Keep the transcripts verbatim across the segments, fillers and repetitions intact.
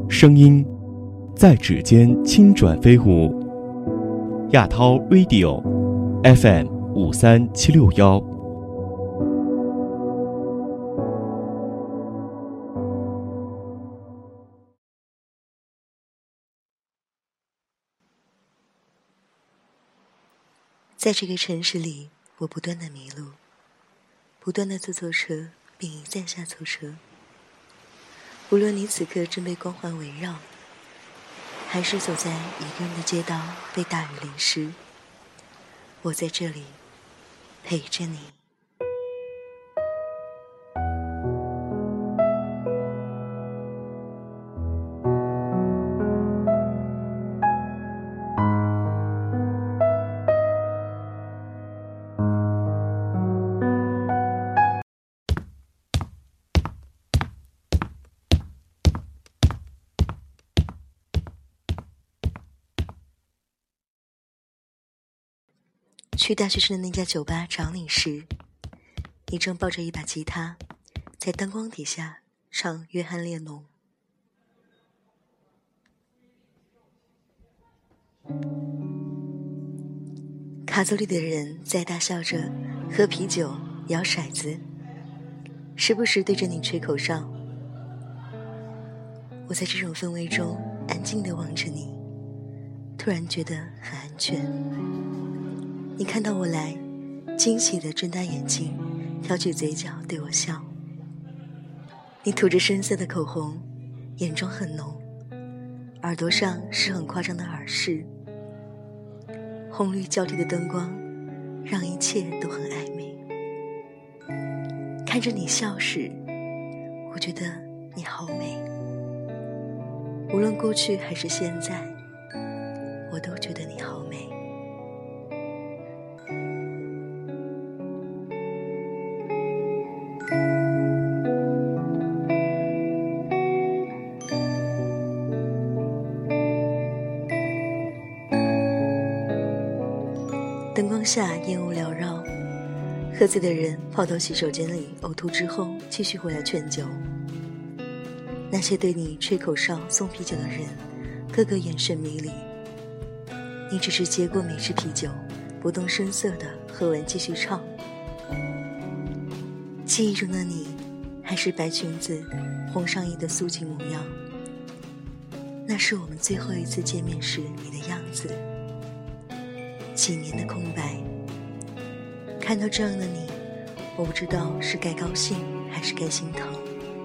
声音在指尖轻转飞舞。亚涛 Radio F M 五三七六幺。 在这个城市里，我不断的迷路，不断的坐错车，并一再下错车。无论你此刻正被光环围绕，还是走在一个人的街道被大雨淋湿，我在这里陪着你。去大学生的那家酒吧找你时，你正抱着一把吉他，在灯光底下唱约翰列侬。卡座里的人在大笑着喝啤酒摇骰子，时不时对着你吹口哨。我在这种氛围中安静地望着你，突然觉得很安全。你看到我来，惊喜地睁大眼睛，挑起嘴角对我笑。你涂着深色的口红，眼妆很浓，耳朵上是很夸张的耳饰。红绿交替的灯光让一切都很暧昧。看着你笑时，我觉得你好美。无论过去还是现在，我都觉得你好美。灯光下烟雾缭绕，喝醉的人跑到洗手间里呕吐之后继续回来劝酒。那些对你吹口哨送啤酒的人个个眼神迷离，你只是接过每支啤酒，不动声色地喝完继续唱。记忆中的你还是白裙子红上衣的素净模样，那是我们最后一次见面时你的样子。几年的空白，看到这样的你，我不知道是该高兴还是该心疼。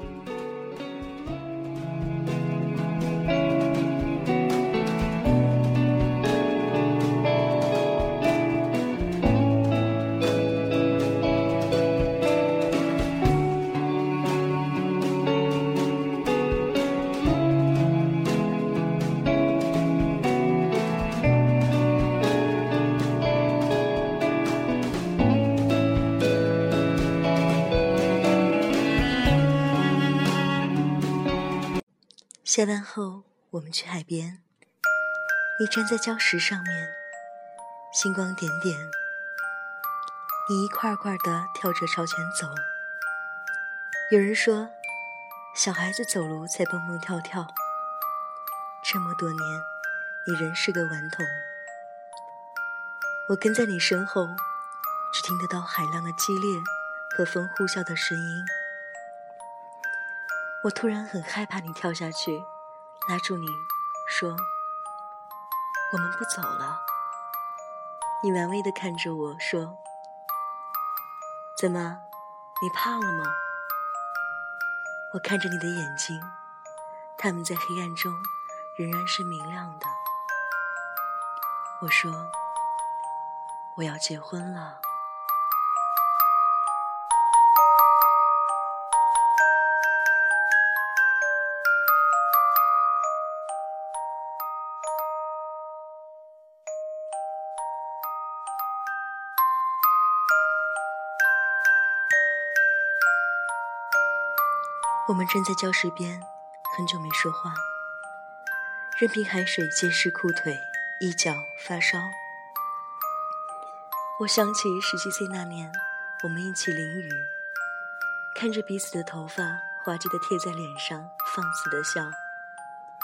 下班后，我们去海边。你站在礁石上面，星光点点。你一块块地跳着朝前走。有人说，小孩子走路才蹦蹦跳跳。这么多年，你仍是个顽童。我跟在你身后，只听得到海浪的激烈和风呼啸的声音。我突然很害怕你跳下去，拉住你说，我们不走了。你玩味地看着我说，怎么，你怕了吗？我看着你的眼睛，它们在黑暗中仍然是明亮的。我说，我要结婚了。我们站在礁石边，很久没说话，任凭海水溅湿裤腿，一脚发烧。我想起十七岁那年，我们一起淋雨，看着彼此的头发滑稽地贴在脸上，放肆地笑。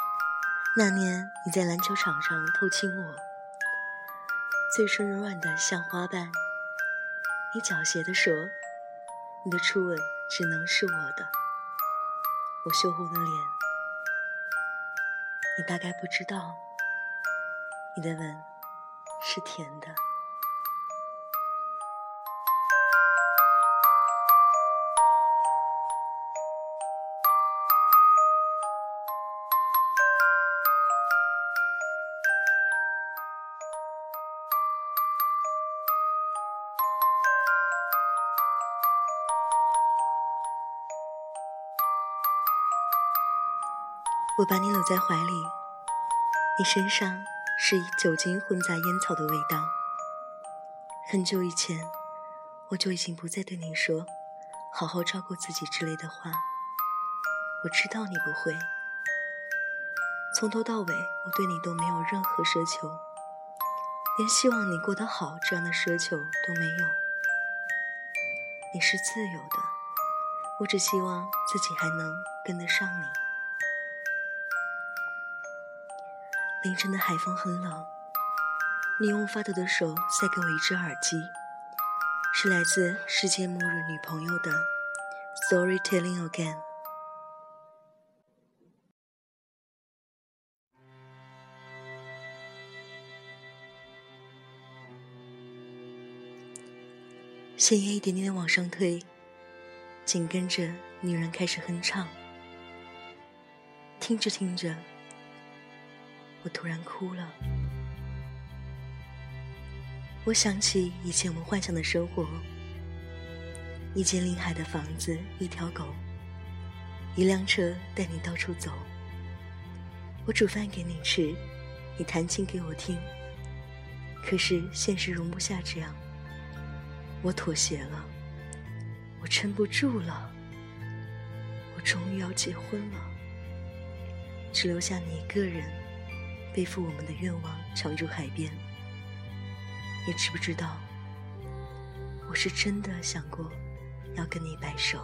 那年你在篮球场上偷亲我，嘴唇柔软的像花瓣，你狡黠地说，你的初吻只能是我的。我羞红了脸，你大概不知道，你的吻是甜的。我把你搂在怀里，你身上是酒精混杂烟草的味道。很久以前，我就已经不再对你说好好照顾自己之类的话。我知道你不会。从头到尾，我对你都没有任何奢求，连希望你过得好这样的奢求都没有。你是自由的，我只希望自己还能跟得上你。凌晨的海风很冷，你用发抖的手塞给我一只耳机，是来自世界末日女朋友的 Storytelling Again。 线叶一点点的往上推，紧跟着女人开始哼唱。听着听着，我突然哭了。我想起以前我们幻想的生活，一间临海的房子，一条狗，一辆车带你到处走。我煮饭给你吃，你弹琴给我听。可是现实容不下这样，我妥协了，我撑不住了，我终于要结婚了，只留下你一个人背负我们的愿望，常驻海边。你知不知道，我是真的想过要跟你白首。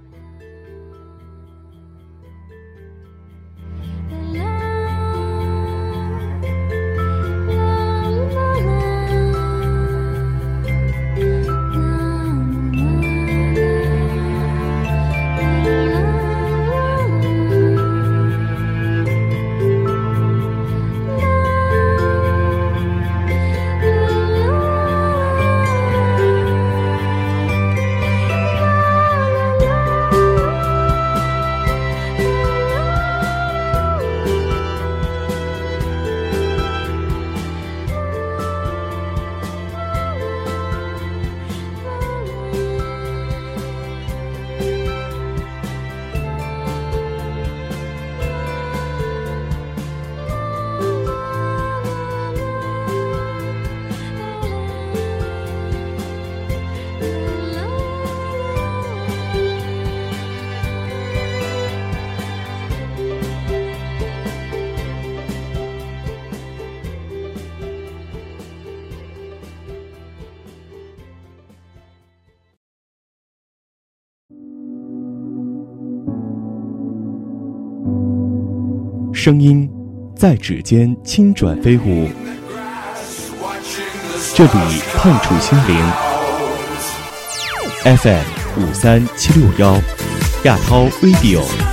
声音在指尖轻转飞舞，这里碰触心灵。F M 五三七六幺，亚涛 Radio